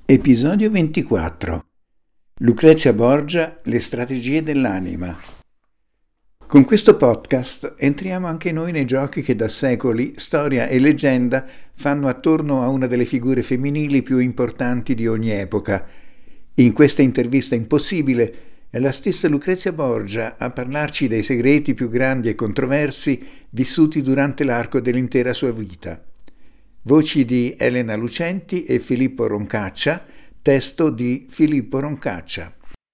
Episodio 24. Lucrezia Borgia, le strategie dell'anima. Con questo podcast entriamo anche noi nei giochi che da secoli storia e leggenda fanno attorno a una delle figure femminili più importanti di ogni epoca. In questa intervista impossibile è la stessa Lucrezia Borgia a parlarci dei segreti più grandi e controversi vissuti durante l'arco dell'intera sua vita. Voci di Elena Lucenti e Filippo Roncaccia, testo di Filippo Roncaccia.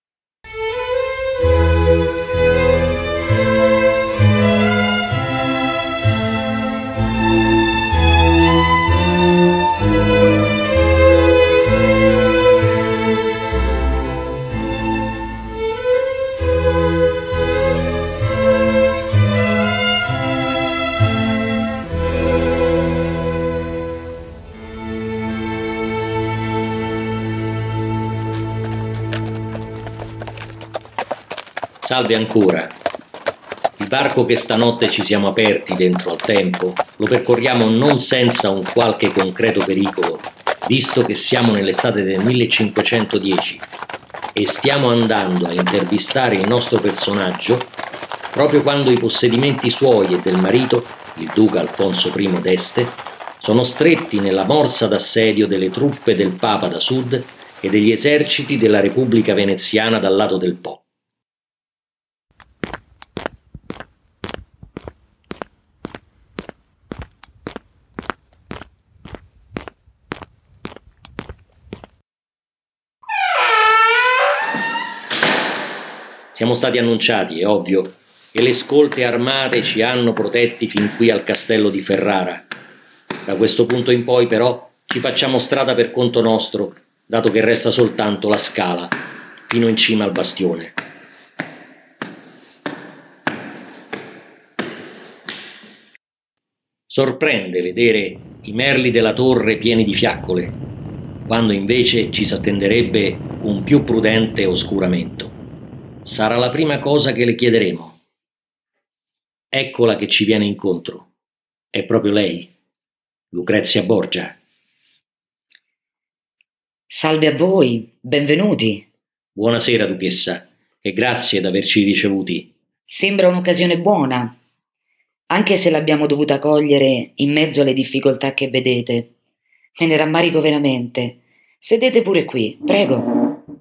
Salve ancora. Il varco che stanotte ci siamo aperti dentro al tempo lo percorriamo non senza un qualche concreto pericolo, visto che siamo nell'estate del 1510 e stiamo andando a intervistare il nostro personaggio proprio quando i possedimenti suoi e del marito, il duca Alfonso I d'Este, sono stretti nella morsa d'assedio delle truppe del Papa da sud e degli eserciti della Repubblica Veneziana dal lato del Po. Siamo stati annunciati, è ovvio, e le scorte armate ci hanno protetti fin qui al castello di Ferrara. Da questo punto in poi, però, ci facciamo strada per conto nostro, dato che resta soltanto la scala, fino in cima al bastione. Sorprende vedere i merli della torre pieni di fiaccole, quando invece ci s'attenderebbe un più prudente oscuramento. Sarà la prima cosa che le chiederemo. Eccola che ci viene incontro. È proprio lei, Lucrezia Borgia. Salve a voi, benvenuti. Buonasera, duchessa, e grazie d'averci ricevuti. Sembra un'occasione buona, anche se l'abbiamo dovuta cogliere in mezzo alle difficoltà che vedete. Me ne rammarico veramente. Sedete pure qui, prego.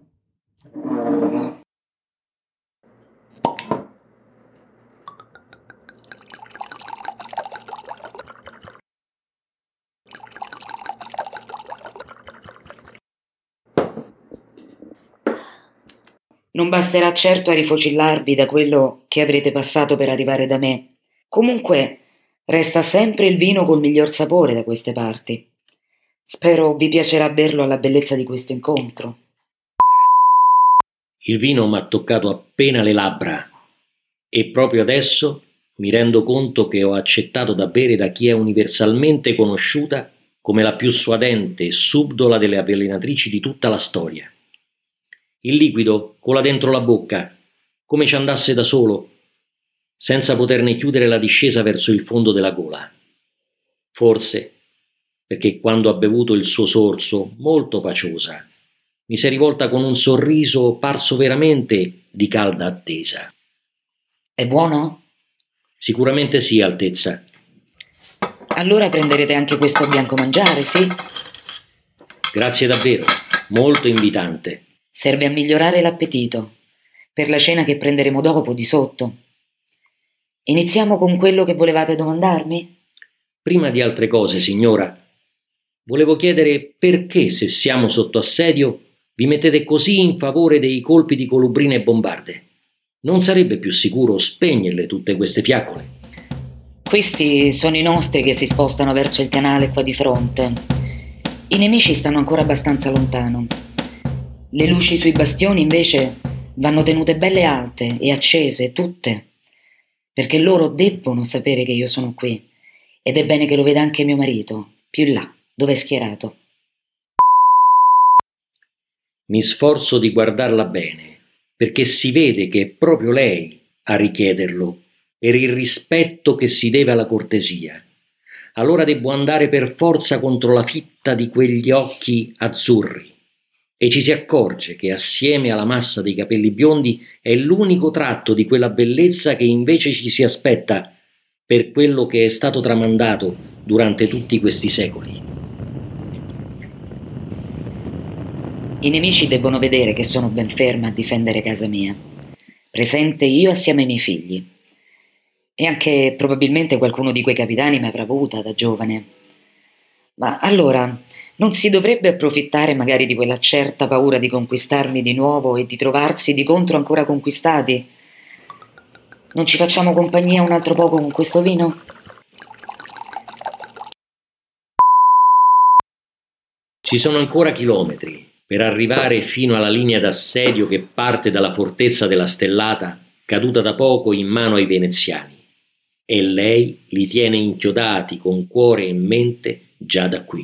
Non basterà certo a rifocillarvi da quello che avrete passato per arrivare da me. Comunque, resta sempre il vino col miglior sapore da queste parti. Spero vi piacerà berlo alla bellezza di questo incontro. Il vino m'ha toccato appena le labbra e proprio adesso mi rendo conto che ho accettato da bere da chi è universalmente conosciuta come la più suadente e subdola delle avvelenatrici di tutta la storia. Il liquido cola dentro la bocca, come ci andasse da solo, senza poterne chiudere la discesa verso il fondo della gola. Forse perché quando ha bevuto il suo sorso, molto paciosa, mi si è rivolta con un sorriso parso veramente di calda attesa. È buono? Sicuramente sì, Altezza. Allora prenderete anche questo bianco mangiare, sì? Grazie davvero, molto invitante. Serve a migliorare l'appetito, per la cena che prenderemo dopo di sotto. Iniziamo con quello che volevate domandarmi? Prima di altre cose, signora, volevo chiedere perché, se siamo sotto assedio, vi mettete così in favore dei colpi di colubrine e bombarde. Non sarebbe più sicuro spegnerle tutte queste fiaccole? Questi sono i nostri che si spostano verso il canale qua di fronte. I nemici stanno ancora abbastanza lontano. Le luci sui bastioni, invece, vanno tenute belle alte e accese, tutte, perché loro debbono sapere che io sono qui, ed è bene che lo veda anche mio marito, più in là, dove è schierato. Mi sforzo di guardarla bene, perché si vede che è proprio lei a richiederlo, per il rispetto che si deve alla cortesia. Allora debbo andare per forza contro la fitta di quegli occhi azzurri, e ci si accorge che assieme alla massa dei capelli biondi è l'unico tratto di quella bellezza che invece ci si aspetta per quello che è stato tramandato durante tutti questi secoli. I nemici debbono vedere che sono ben ferma a difendere casa mia, presente io assieme ai miei figli. E anche probabilmente qualcuno di quei capitani mi avrà avuta da giovane. Ma allora non si dovrebbe approfittare magari di quella certa paura di conquistarmi di nuovo e di trovarsi di contro ancora conquistati? Non ci facciamo compagnia un altro poco con questo vino? Ci sono ancora chilometri per arrivare fino alla linea d'assedio che parte dalla fortezza della Stellata, caduta da poco in mano ai veneziani, e lei li tiene inchiodati con cuore e mente già da qui.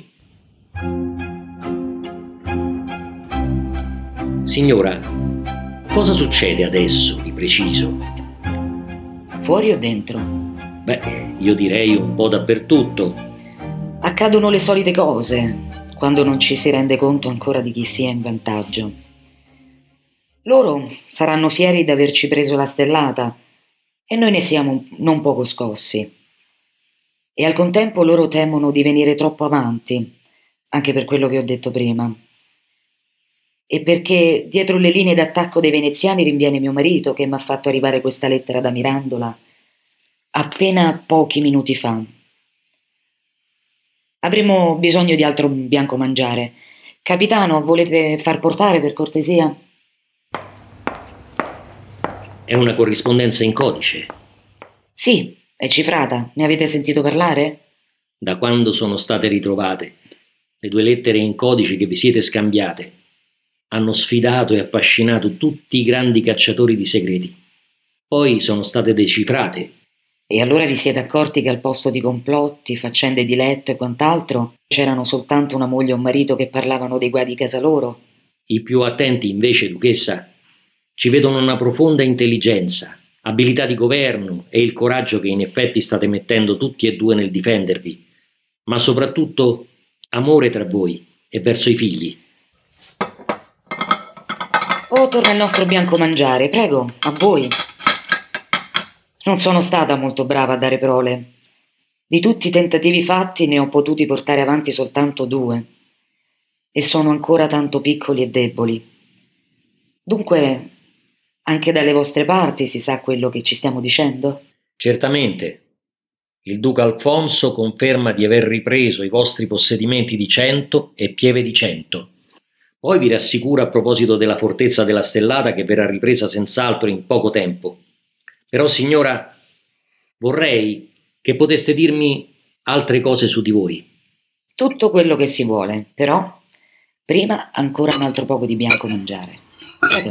Signora, cosa succede adesso di preciso? Fuori o dentro? Beh, io direi un po' dappertutto. Accadono le solite cose quando non ci si rende conto ancora di chi sia in vantaggio. Loro saranno fieri di averci preso la Stellata e noi ne siamo non poco scossi. E al contempo loro temono di venire troppo avanti, anche per quello che ho detto prima. E perché dietro le linee d'attacco dei veneziani rinviene mio marito che mi ha fatto arrivare questa lettera da Mirandola appena pochi minuti fa. Avremo bisogno di altro bianco mangiare. Capitano, volete far portare per cortesia? È una corrispondenza in codice. Sì, è cifrata. Ne avete sentito parlare? Da quando sono state ritrovate, le 2 lettere in codice che vi siete scambiate hanno sfidato e affascinato tutti i grandi cacciatori di segreti. Poi sono state decifrate. E allora vi siete accorti che al posto di complotti, faccende di letto e quant'altro, c'erano soltanto una moglie e un marito che parlavano dei guai di casa loro? I più attenti, invece, duchessa, ci vedono una profonda intelligenza, abilità di governo e il coraggio che in effetti state mettendo tutti e 2 nel difendervi, ma soprattutto amore tra voi e verso i figli. Oh, torna il nostro bianco mangiare, prego, a voi. Non sono stata molto brava a dare prole. Di tutti i tentativi fatti ne ho potuti portare avanti soltanto 2. E sono ancora tanto piccoli e deboli. Dunque, anche dalle vostre parti si sa quello che ci stiamo dicendo? Certamente. Il duca Alfonso conferma di aver ripreso i vostri possedimenti di Cento e Pieve di Cento. Poi vi rassicuro a proposito della fortezza della Stellata che verrà ripresa senz'altro in poco tempo. Però, signora, vorrei che poteste dirmi altre cose su di voi. Tutto quello che si vuole, però prima ancora un altro poco di bianco mangiare. Prego.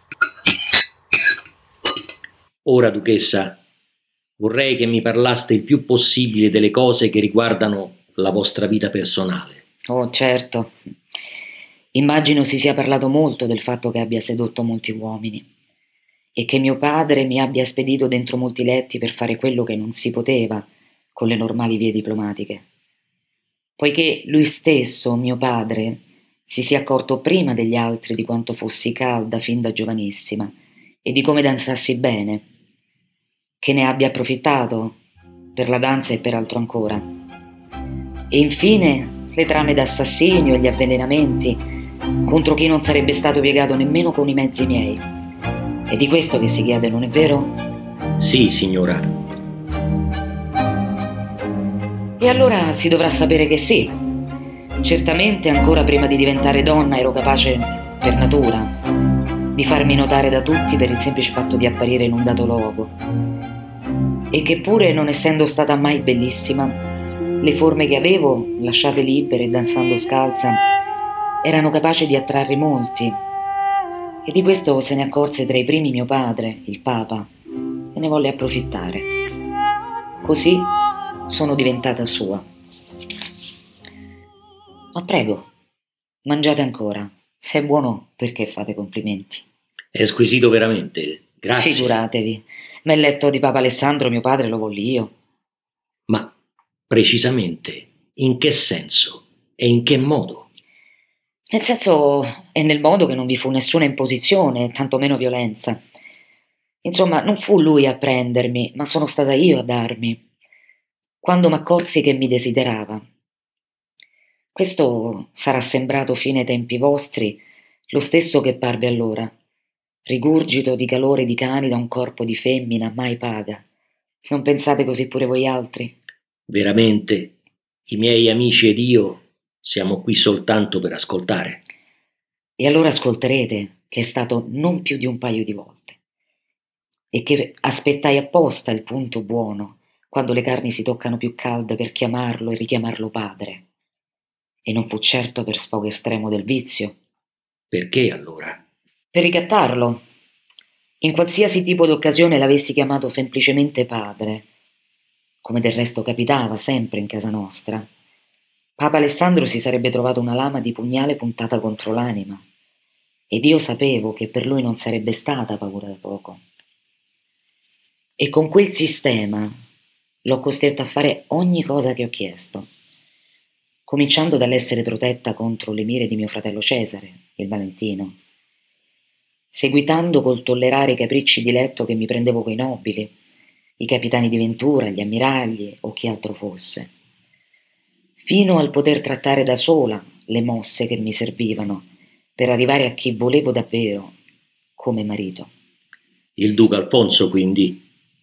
Ora, duchessa, vorrei che mi parlaste il più possibile delle cose che riguardano la vostra vita personale. Oh, certo. Immagino si sia parlato molto del fatto che abbia sedotto molti uomini e che mio padre mi abbia spedito dentro molti letti per fare quello che non si poteva con le normali vie diplomatiche. Poiché lui stesso, mio padre, si sia accorto prima degli altri di quanto fossi calda fin da giovanissima e di come danzassi bene, che ne abbia approfittato per la danza e per altro ancora. E infine le trame d'assassinio e gli avvelenamenti contro chi non sarebbe stato piegato nemmeno con i mezzi miei. È di questo che si chiede, non è vero? Sì, signora. E allora si dovrà sapere che sì. Certamente ancora prima di diventare donna ero capace, per natura, di farmi notare da tutti per il semplice fatto di apparire in un dato luogo. E che pure non essendo stata mai bellissima, le forme che avevo, lasciate libere e danzando scalza, erano capaci di attrarre molti. E di questo se ne accorse tra i primi mio padre, il Papa, e ne volle approfittare. Così sono diventata sua. Ma prego, mangiate ancora. Se è buono, perché fate complimenti? È squisito veramente. Grazie. Figuratevi. Ma il letto di Papa Alessandro, mio padre, lo volli io. Ma precisamente in che senso e in che modo? Nel senso, e nel modo che non vi fu nessuna imposizione, tantomeno violenza. Insomma, non fu lui a prendermi, ma sono stata io a darmi, quando m'accorsi che mi desiderava. Questo sarà sembrato fine ai tempi vostri lo stesso che parve allora, rigurgito di calore di cani da un corpo di femmina mai paga. Non pensate così pure voi altri? Veramente, i miei amici ed io siamo qui soltanto per ascoltare. E allora ascolterete che è stato non più di un paio di volte e che aspettai apposta il punto buono quando le carni si toccano più calde per chiamarlo e richiamarlo padre. E non fu certo per sfogo estremo del vizio. Perché allora? Per ricattarlo. In qualsiasi tipo d'occasione l'avessi chiamato semplicemente padre, come del resto capitava sempre in casa nostra, Papa Alessandro si sarebbe trovato una lama di pugnale puntata contro l'anima, ed io sapevo che per lui non sarebbe stata paura da poco. E con quel sistema l'ho costretta a fare ogni cosa che ho chiesto, cominciando dall'essere protetta contro le mire di mio fratello Cesare, il Valentino, seguitando col tollerare i capricci di letto che mi prendevo coi nobili, i capitani di ventura, gli ammiragli o chi altro fosse, fino al poter trattare da sola le mosse che mi servivano per arrivare a chi volevo davvero come marito. Il duca Alfonso, quindi?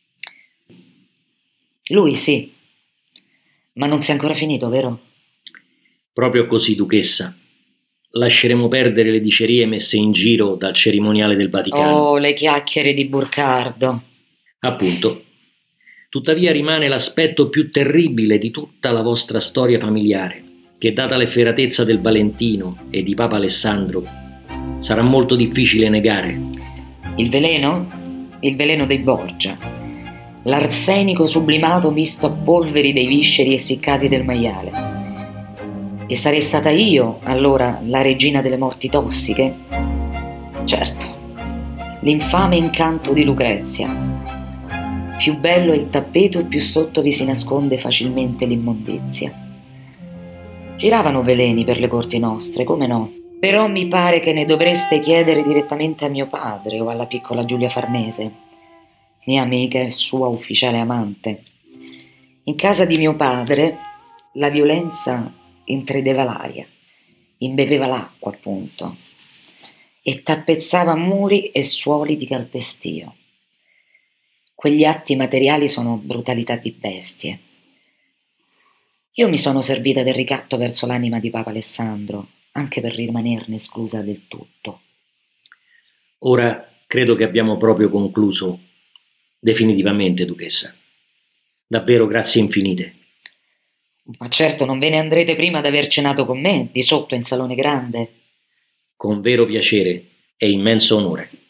Lui sì, ma non si è ancora finito, vero? Proprio così, duchessa. Lasceremo perdere le dicerie messe in giro dal cerimoniale del Vaticano. Oh, le chiacchiere di Burcardo. Appunto. Tuttavia rimane l'aspetto più terribile di tutta la vostra storia familiare, che data l'efferatezza del Valentino e di Papa Alessandro, sarà molto difficile negare. Il veleno? Il veleno dei Borgia. L'arsenico sublimato misto a polveri dei visceri essiccati del maiale. E sarei stata io, allora, la regina delle morti tossiche? Certo, l'infame incanto di Lucrezia. Più bello è il tappeto e più sotto vi si nasconde facilmente l'immondizia. Giravano veleni per le corti nostre, come no? Però mi pare che ne dovreste chiedere direttamente a mio padre o alla piccola Giulia Farnese, mia amica e sua ufficiale amante. In casa di mio padre la violenza intredeva l'aria, imbeveva l'acqua appunto, e tappezzava muri e suoli di calpestio. Quegli atti materiali sono brutalità di bestie. Io mi sono servita del ricatto verso l'anima di Papa Alessandro, anche per rimanerne esclusa del tutto. Ora credo che abbiamo proprio concluso definitivamente, duchessa. Davvero grazie infinite. Ma certo non ve ne andrete prima d'aver cenato con me, di sotto in salone grande. Con vero piacere e immenso onore.